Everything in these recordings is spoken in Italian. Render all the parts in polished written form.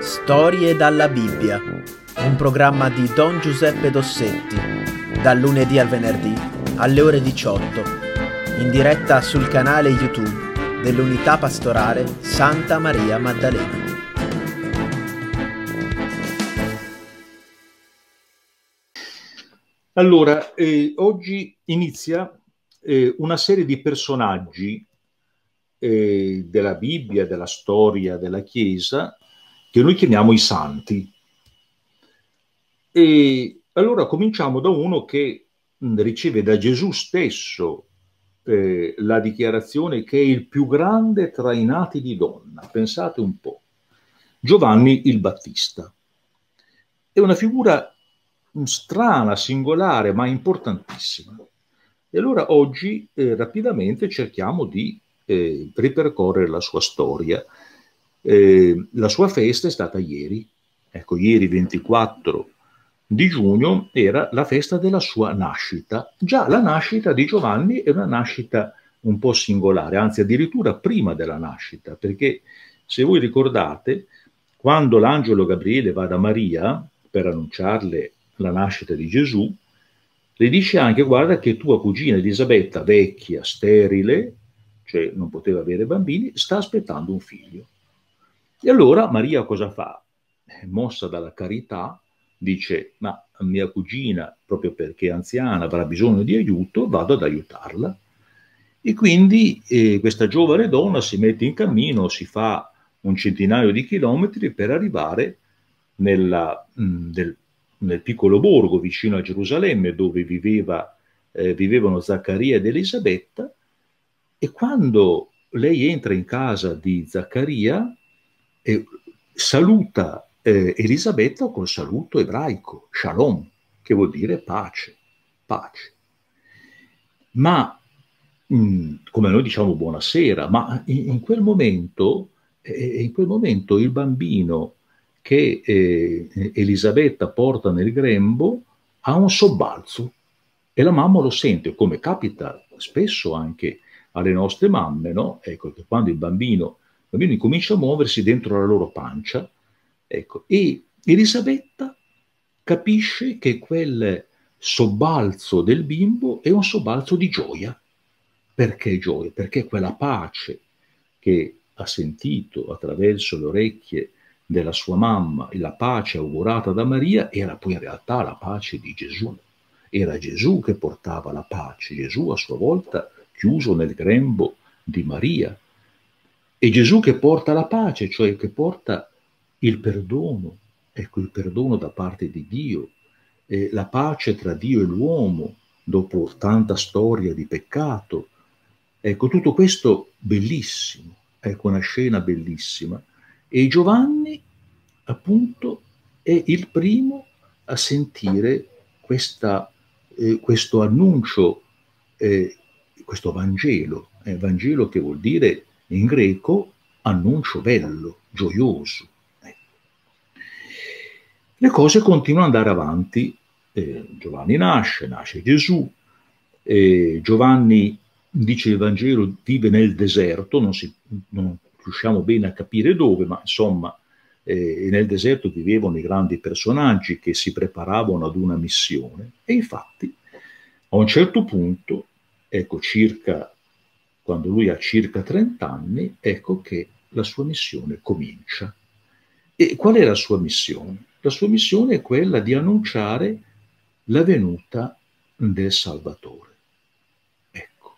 Storie dalla Bibbia, un programma di Don Giuseppe Dossetti, dal lunedì al venerdì alle ore 18, in diretta sul canale YouTube dell'Unità Pastorale Santa Maria Maddalena. Allora, oggi inizia una serie di personaggi della Bibbia, della storia della Chiesa, che noi chiamiamo i santi. E allora cominciamo da uno che riceve da Gesù stesso la dichiarazione che è il più grande tra i nati di donna. Pensate un po'. Giovanni il Battista. È una figura strana, singolare, ma importantissima. E allora oggi rapidamente cerchiamo di ripercorrere la sua storia. La sua festa è stata ieri. Ecco, ieri 24 di giugno era la festa della sua nascita. Già la nascita di Giovanni è una nascita un po' singolare, anzi addirittura prima della nascita, perché se voi ricordate, quando l'angelo Gabriele va da Maria per annunciarle la nascita di Gesù, le dice anche: guarda che tua cugina Elisabetta, vecchia, sterile, cioè non poteva avere bambini, sta aspettando un figlio. E allora Maria cosa fa? Mossa dalla carità, dice: ma mia cugina, proprio perché è anziana, avrà bisogno di aiuto, vado ad aiutarla. E quindi questa giovane donna si mette in cammino, si fa un centinaio di chilometri per arrivare nel piccolo borgo vicino a Gerusalemme dove vivevano Zaccaria ed Elisabetta. E quando lei entra in casa di Zaccaria, saluta Elisabetta col saluto ebraico, shalom, che vuol dire pace, pace. Ma come noi diciamo buonasera, ma in quel momento il bambino che Elisabetta porta nel grembo ha un sobbalzo e la mamma lo sente, come capita spesso anche alle nostre mamme, no? Ecco, che quando il bambino incomincia a muoversi dentro la loro pancia, ecco, e Elisabetta capisce che quel sobbalzo del bimbo è un sobbalzo di gioia. Perché gioia? Perché quella pace che ha sentito attraverso le orecchie della sua mamma e la pace augurata da Maria era poi in realtà la pace di Gesù. Era Gesù che portava la pace, Gesù a sua volta chiuso nel grembo di Maria. E Gesù che porta la pace, cioè che porta il perdono, ecco, il perdono da parte di Dio, la pace tra Dio e l'uomo dopo tanta storia di peccato. Ecco, tutto questo bellissimo, ecco, una scena bellissima. E Giovanni, appunto, è il primo a sentire questo annuncio, questo Vangelo. Vangelo che vuol dire in greco annuncio bello, gioioso. Le cose continuano ad andare avanti. Giovanni nasce Gesù. Giovanni, dice il Vangelo, vive nel deserto, non riusciamo bene a capire dove, ma insomma nel deserto vivevano i grandi personaggi che si preparavano ad una missione. E infatti a un certo punto, ecco, quando lui ha circa 30 anni, ecco che la sua missione comincia. E qual è la sua missione? La sua missione è quella di annunciare la venuta del Salvatore. Ecco.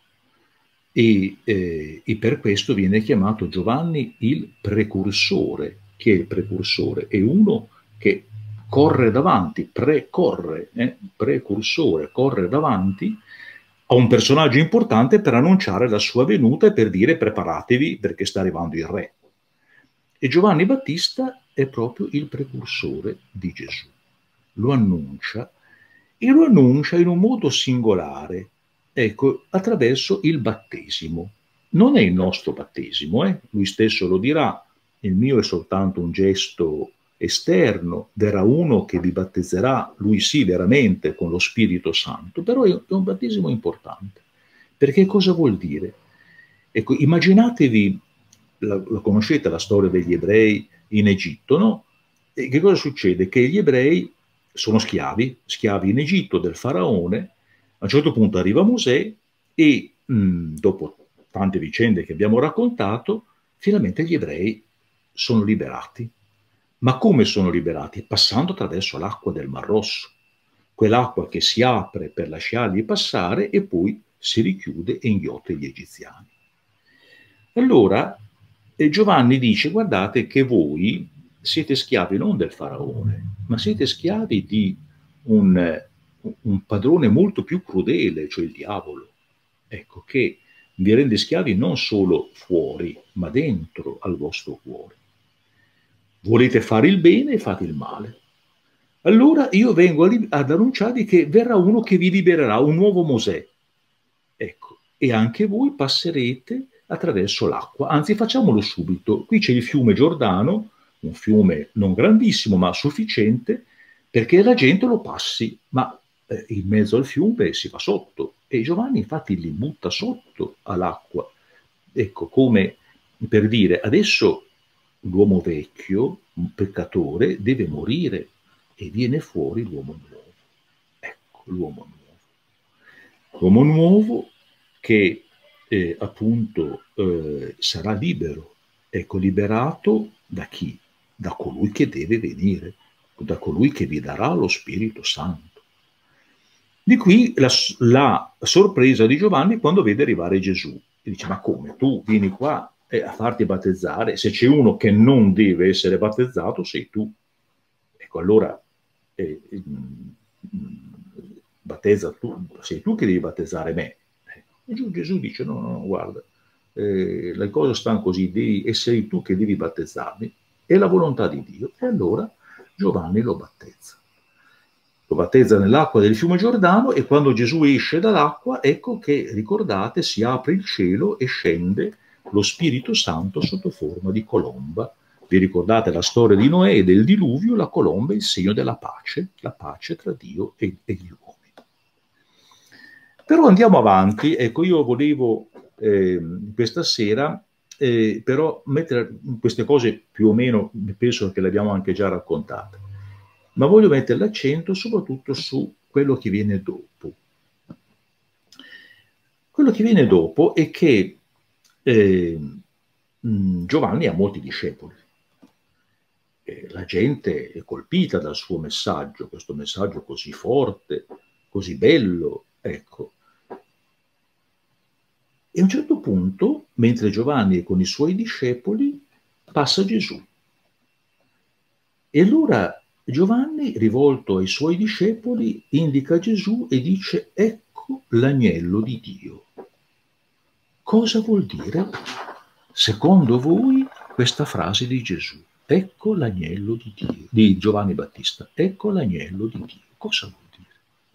E per questo viene chiamato Giovanni il precursore. Chi è il precursore? È uno che corre davanti, precursore, corre davanti a un personaggio importante per annunciare la sua venuta e per dire: preparatevi perché sta arrivando il re. E Giovanni Battista è proprio il precursore di Gesù. Lo annuncia, e lo annuncia in un modo singolare, ecco, attraverso il battesimo. Non è il nostro battesimo, lui stesso lo dirà: il mio è soltanto un gesto esterno, verrà uno che vi battezzerà, lui sì, veramente, con lo Spirito Santo, però è un battesimo importante. Perché cosa vuol dire? Ecco, immaginatevi, la conoscete la storia degli ebrei in Egitto, no? E che cosa succede? Che gli ebrei sono schiavi in Egitto del faraone. A un certo punto arriva Mosè e dopo tante vicende che abbiamo raccontato, finalmente gli ebrei sono liberati. Ma come sono liberati? Passando attraverso l'acqua del Mar Rosso, quell'acqua che si apre per lasciarli passare e poi si richiude e inghiotte gli egiziani. Allora Giovanni dice: guardate che voi siete schiavi non del faraone, ma siete schiavi di un padrone molto più crudele, cioè il diavolo, ecco, che vi rende schiavi non solo fuori, ma dentro al vostro cuore. Volete fare il bene e fate il male. Allora io vengo ad annunciarvi che verrà uno che vi libererà, un nuovo Mosè. Ecco, e anche voi passerete attraverso l'acqua. Anzi, facciamolo subito. Qui c'è il fiume Giordano, un fiume non grandissimo, ma sufficiente perché la gente lo passi, ma in mezzo al fiume si va sotto. E Giovanni infatti li butta sotto all'acqua. Ecco, come per dire, adesso l'uomo vecchio, un peccatore, deve morire e viene fuori l'uomo nuovo. Ecco, l'uomo nuovo. L'uomo nuovo che appunto sarà libero, ecco, liberato da chi? Da colui che deve venire, da colui che vi darà lo Spirito Santo. Di qui la sorpresa di Giovanni quando vede arrivare Gesù. E dice: ma come? Tu vieni qua a farti battezzare? Se c'è uno che non deve essere battezzato, sei tu. Ecco, allora battezza tu, sei tu che devi battezzare me. E Gesù dice: no, guarda, le cose stanno così, devi essere tu che devi battezzarmi, è la volontà di Dio. E allora Giovanni lo battezza. Lo battezza nell'acqua del fiume Giordano e quando Gesù esce dall'acqua, ecco che, ricordate, si apre il cielo e scende lo Spirito Santo sotto forma di colomba. Vi ricordate la storia di Noè e del diluvio? La colomba è il segno della pace, la pace tra Dio e gli uomini. Però andiamo avanti. Ecco, io volevo questa sera però mettere queste cose più o meno, penso che le abbiamo anche già raccontate, ma voglio mettere l'accento soprattutto su quello che viene dopo. Quello che viene dopo è che Giovanni ha molti discepoli. La gente è colpita dal suo messaggio, questo messaggio così forte, così bello, ecco. E a un certo punto, mentre Giovanni è con i suoi discepoli, passa Gesù. E allora Giovanni, rivolto ai suoi discepoli, indica Gesù e dice: ecco l'agnello di Dio. Cosa vuol dire, secondo voi, questa frase di Gesù? Ecco l'agnello di Dio, di Giovanni Battista. Ecco l'agnello di Dio. Cosa vuol dire?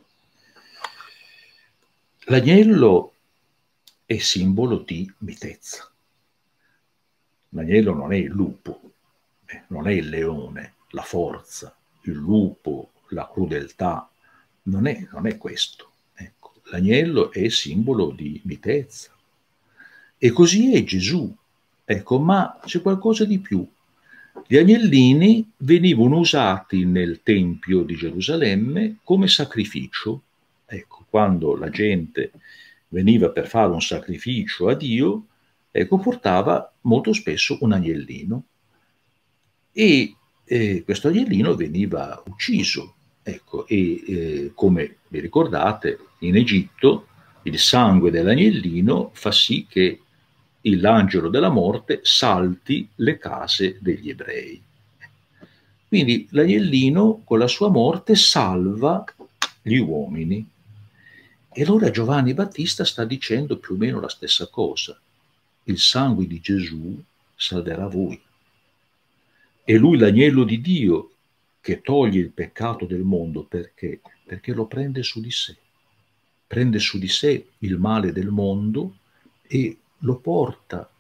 L'agnello è simbolo di mitezza. L'agnello non è il lupo, non è il leone, la forza, il lupo, la crudeltà, non è questo. Ecco, l'agnello è simbolo di mitezza. E così è Gesù. Ecco, ma c'è qualcosa di più. Gli agnellini venivano usati nel Tempio di Gerusalemme come sacrificio. Ecco, quando la gente veniva per fare un sacrificio a Dio, ecco, portava molto spesso un agnellino. E questo agnellino veniva ucciso. Ecco, e come vi ricordate, in Egitto il sangue dell'agnellino fa sì che l'angelo della morte salti le case degli ebrei. Quindi l'agnellino con la sua morte salva gli uomini. E allora Giovanni Battista sta dicendo più o meno la stessa cosa. Il sangue di Gesù salverà voi. È lui l'agnello di Dio che toglie il peccato del mondo. Perché? Perché lo prende su di sé. Prende su di sé il male del mondo e lo porta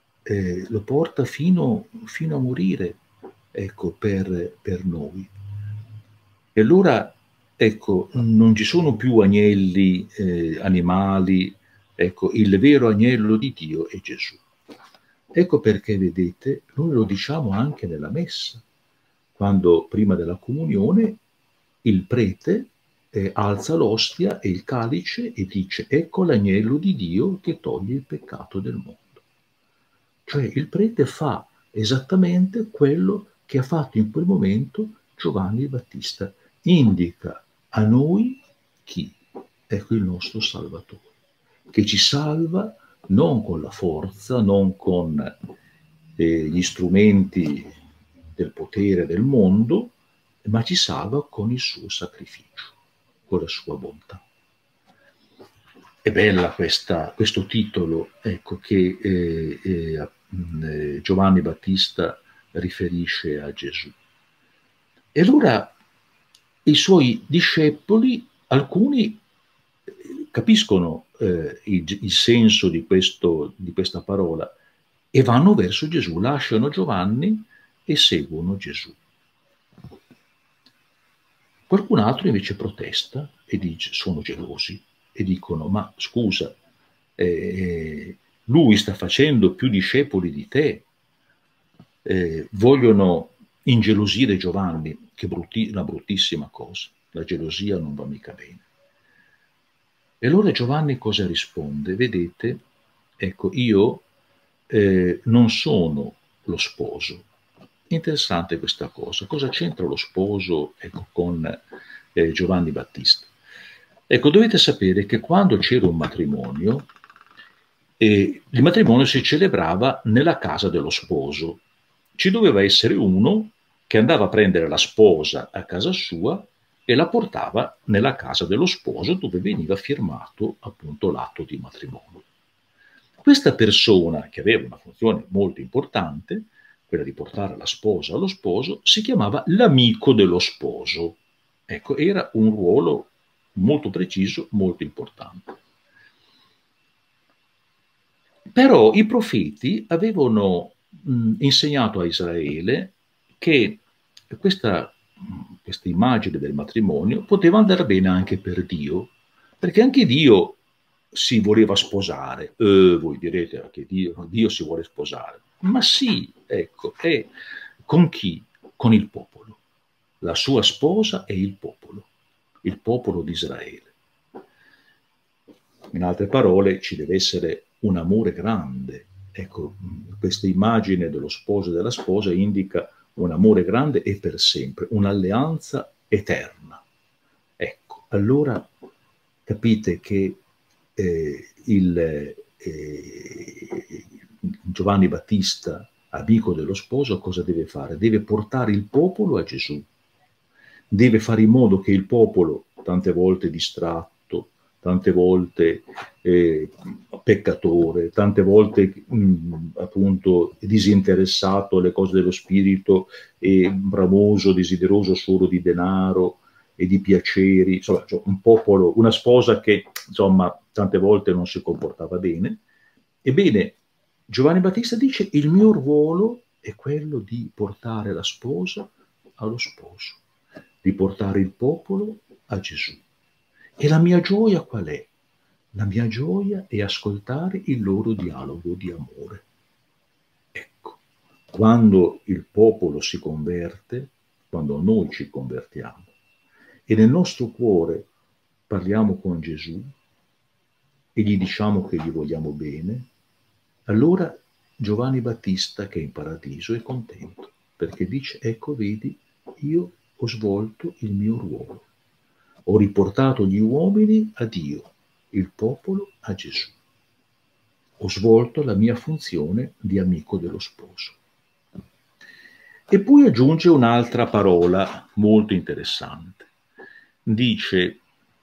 fino a morire, ecco, per noi. E allora, ecco, non ci sono più agnelli, animali, ecco, il vero agnello di Dio è Gesù. Ecco perché, vedete, noi lo diciamo anche nella messa. quando prima della comunione il prete alza l'ostia e il calice e dice: ecco l'agnello di Dio che toglie il peccato del mondo. Cioè il prete fa esattamente quello che ha fatto in quel momento Giovanni Battista, indica a noi chi? Ecco il nostro Salvatore, che ci salva non con la forza, non con gli strumenti del potere del mondo, ma ci salva con il suo sacrificio, con la sua bontà. È bella questo titolo, ecco, che Giovanni Battista riferisce a Gesù. E allora i suoi discepoli, alcuni capiscono il senso di questa parola e vanno verso Gesù, lasciano Giovanni e seguono Gesù. Qualcun altro invece protesta e dice: sono gelosi, e dicono: ma scusa, lui sta facendo più discepoli di te, vogliono ingelosire Giovanni, che è una bruttissima cosa, la gelosia non va mica bene. E allora Giovanni cosa risponde? Vedete, ecco, io non sono lo sposo. Interessante questa cosa. Cosa c'entra lo sposo, ecco, con Giovanni Battista? Ecco, dovete sapere che quando c'era un matrimonio, il matrimonio si celebrava nella casa dello sposo. Ci doveva essere uno che andava a prendere la sposa a casa sua e la portava nella casa dello sposo, dove veniva firmato appunto l'atto di matrimonio. Questa persona, che aveva una funzione molto importante, quella di portare la sposa allo sposo, si chiamava l'amico dello sposo. Ecco, era un ruolo molto preciso, molto importante. Però i profeti avevano insegnato a Israele che questa immagine del matrimonio poteva andare bene anche per Dio, perché anche Dio si voleva sposare. Voi direte che Dio si vuole sposare. Ma sì, ecco, e con chi? Con il popolo. La sua sposa è il popolo di Israele. In altre parole, ci deve essere un amore grande. Ecco, questa immagine dello sposo e della sposa indica un amore grande e per sempre, un'alleanza eterna. Ecco, allora capite che Giovanni Battista, amico dello sposo, cosa deve fare? Deve portare il popolo a Gesù, deve fare in modo che il popolo, tante volte distratto, tante volte peccatore, tante volte appunto disinteressato alle cose dello spirito e bramoso, desideroso solo di denaro e di piaceri, insomma, cioè un popolo, una sposa che insomma tante volte non si comportava bene. Ebbene, Giovanni Battista dice: il mio ruolo è quello di portare la sposa allo sposo, di portare il popolo a Gesù. E la mia gioia qual è? La mia gioia è ascoltare il loro dialogo di amore. Ecco, quando il popolo si converte, quando noi ci convertiamo e nel nostro cuore parliamo con Gesù e gli diciamo che gli vogliamo bene, allora Giovanni Battista, che è in paradiso, è contento, perché dice: ecco, vedi, io ho svolto il mio ruolo. Ho riportato gli uomini a Dio, il popolo a Gesù. Ho svolto la mia funzione di amico dello sposo. E poi aggiunge un'altra parola molto interessante. Dice: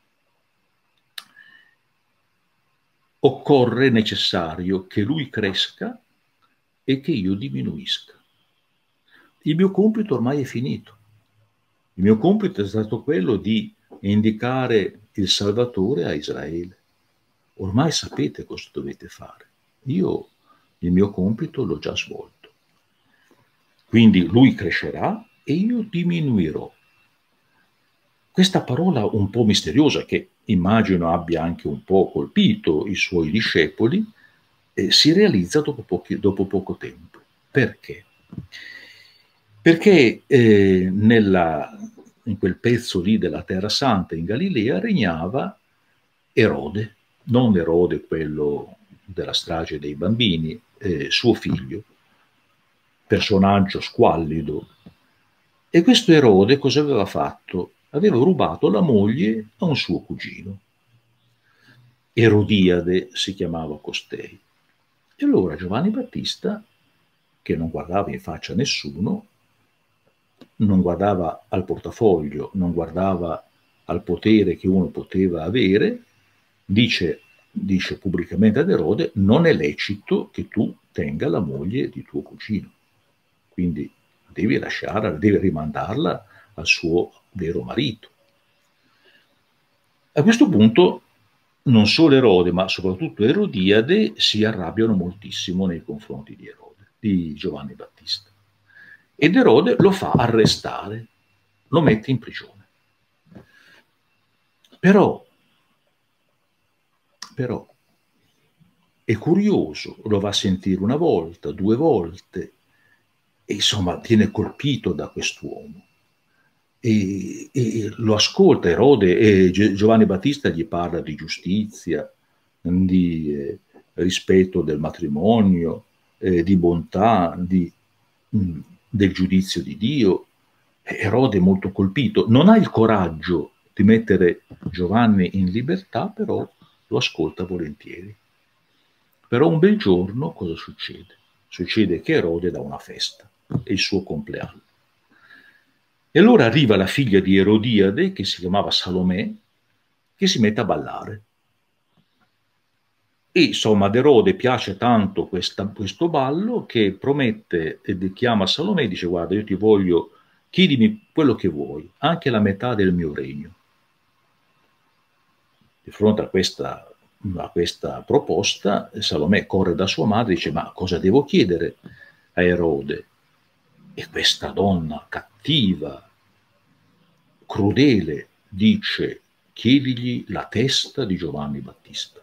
occorre, necessario, che lui cresca e che io diminuisca. Il mio compito ormai è finito. Il mio compito è stato quello di indicare il Salvatore a Israele. Ormai sapete cosa dovete fare. Io il mio compito l'ho già svolto. Quindi lui crescerà e io diminuirò. Questa parola un po' misteriosa, che immagino abbia anche un po' colpito i suoi discepoli, si realizza dopo poco tempo. Perché? Perché in quel pezzo lì della Terra Santa in Galilea regnava Erode, non Erode quello della strage dei bambini, suo figlio, personaggio squallido. E questo Erode cosa aveva fatto? Aveva rubato la moglie a un suo cugino. Erodiade si chiamava costei. E allora Giovanni Battista, che non guardava in faccia a nessuno, non guardava al portafoglio, non guardava al potere che uno poteva avere, dice pubblicamente ad Erode: non è lecito che tu tenga la moglie di tuo cugino, quindi devi lasciarla, devi rimandarla al suo vero marito. A questo punto non solo Erode, ma soprattutto Erodiade si arrabbiano moltissimo nei confronti di Erode, di Giovanni Battista. Ed Erode lo fa arrestare, lo mette in prigione. Però è curioso, lo va a sentire una volta, due volte, e insomma viene colpito da quest'uomo. E lo ascolta Erode, e Giovanni Battista gli parla di giustizia, di rispetto del matrimonio, di bontà, del giudizio di Dio. Erode è molto colpito, non ha il coraggio di mettere Giovanni in libertà, però lo ascolta volentieri. Però un bel giorno cosa succede? Succede che Erode dà una festa, è il suo compleanno. E allora arriva la figlia di Erodiade, che si chiamava Salomè, che si mette a ballare. E insomma ad Erode piace tanto questo ballo che promette e chiama Salomè e dice: guarda, io ti voglio, chiedimi quello che vuoi, anche la metà del mio regno. Di fronte a questa proposta, Salomè corre da sua madre e dice: ma cosa devo chiedere a Erode? E questa donna cattiva, crudele, dice: chiedigli la testa di Giovanni Battista.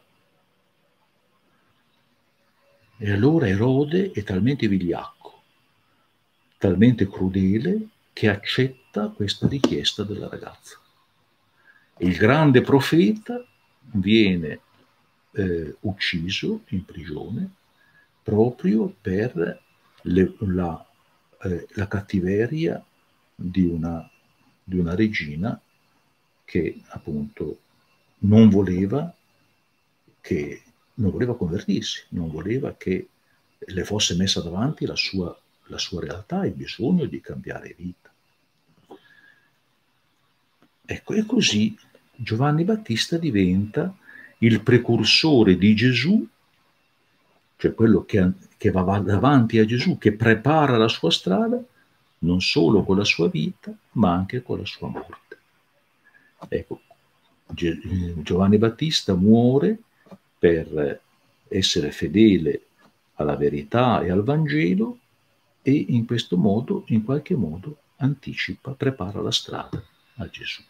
E allora Erode è talmente vigliacco, talmente crudele, che accetta questa richiesta della ragazza. E il grande profeta viene ucciso in prigione proprio per la cattiveria di una regina che appunto non voleva convertirsi, non voleva che le fosse messa davanti la sua realtà, il bisogno di cambiare vita. Ecco, e così Giovanni Battista diventa il precursore di Gesù, cioè quello che va davanti a Gesù, che prepara la sua strada, non solo con la sua vita, ma anche con la sua morte. Ecco, Giovanni Battista muore per essere fedele alla verità e al Vangelo, e in questo modo, in qualche modo, prepara la strada a Gesù.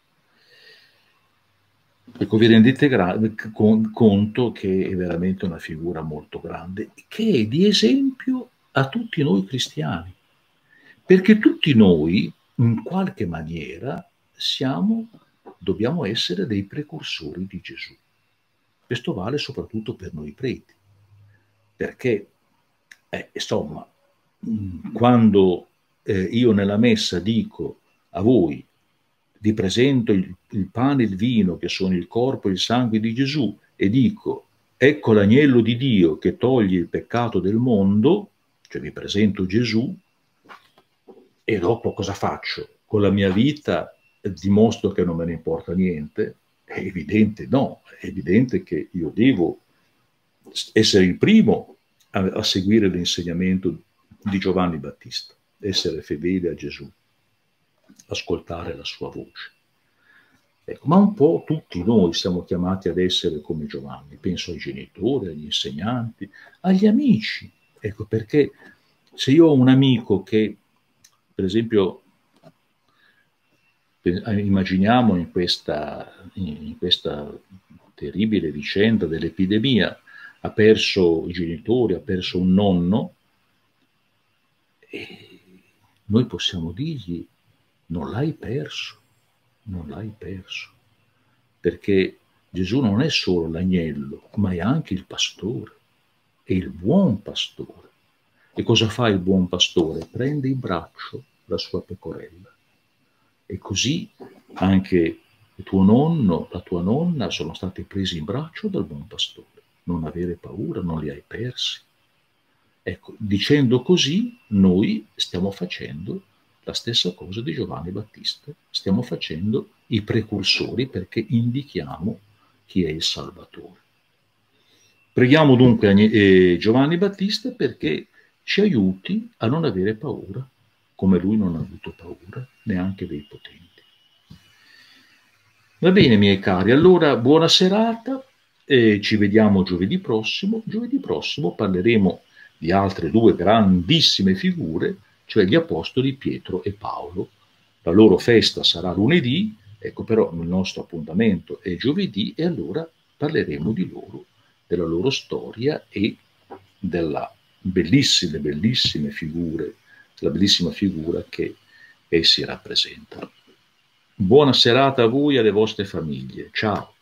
Ecco, vi rendete conto che è veramente una figura molto grande, che è di esempio a tutti noi cristiani, perché tutti noi, in qualche maniera, dobbiamo essere dei precursori di Gesù. Questo vale soprattutto per noi preti, perché, insomma, quando io nella messa dico a voi: vi presento il pane e il vino, che sono il corpo e il sangue di Gesù, e dico: ecco l'agnello di Dio che toglie il peccato del mondo, cioè vi presento Gesù, e dopo cosa faccio? Con la mia vita dimostro che non me ne importa niente? È evidente no, è evidente che io devo essere il primo a seguire l'insegnamento di Giovanni Battista, essere fedele a Gesù, ascoltare la sua voce. Ecco, ma un po' tutti noi siamo chiamati ad essere come Giovanni. Penso ai genitori, agli insegnanti, agli amici. Ecco, perché se io ho un amico che, per esempio, immaginiamo in questa terribile vicenda dell'epidemia, ha perso i genitori, ha perso un nonno, e noi possiamo dirgli: non l'hai perso, non l'hai perso, perché Gesù non è solo l'agnello, ma è anche il pastore, è il buon pastore. E cosa fa il buon pastore? Prende in braccio la sua pecorella. E così anche il tuo nonno, la tua nonna sono stati presi in braccio dal buon pastore. Non avere paura, non li hai persi. Ecco, dicendo così, noi stiamo facendo la stessa cosa di Giovanni Battista, stiamo facendo i precursori perché indichiamo chi è il Salvatore. Preghiamo dunque Giovanni Battista perché ci aiuti a non avere paura, come lui non ha avuto paura, neanche dei potenti. Va bene, miei cari, allora buona serata e ci vediamo giovedì prossimo. Giovedì prossimo parleremo di altre due grandissime figure, cioè gli apostoli Pietro e Paolo. La loro festa sarà lunedì, ecco, però il nostro appuntamento è giovedì e allora parleremo di loro, della loro storia e della bellissime figure, la bellissima figura che essi rappresentano. Buona serata a voi e alle vostre famiglie. Ciao.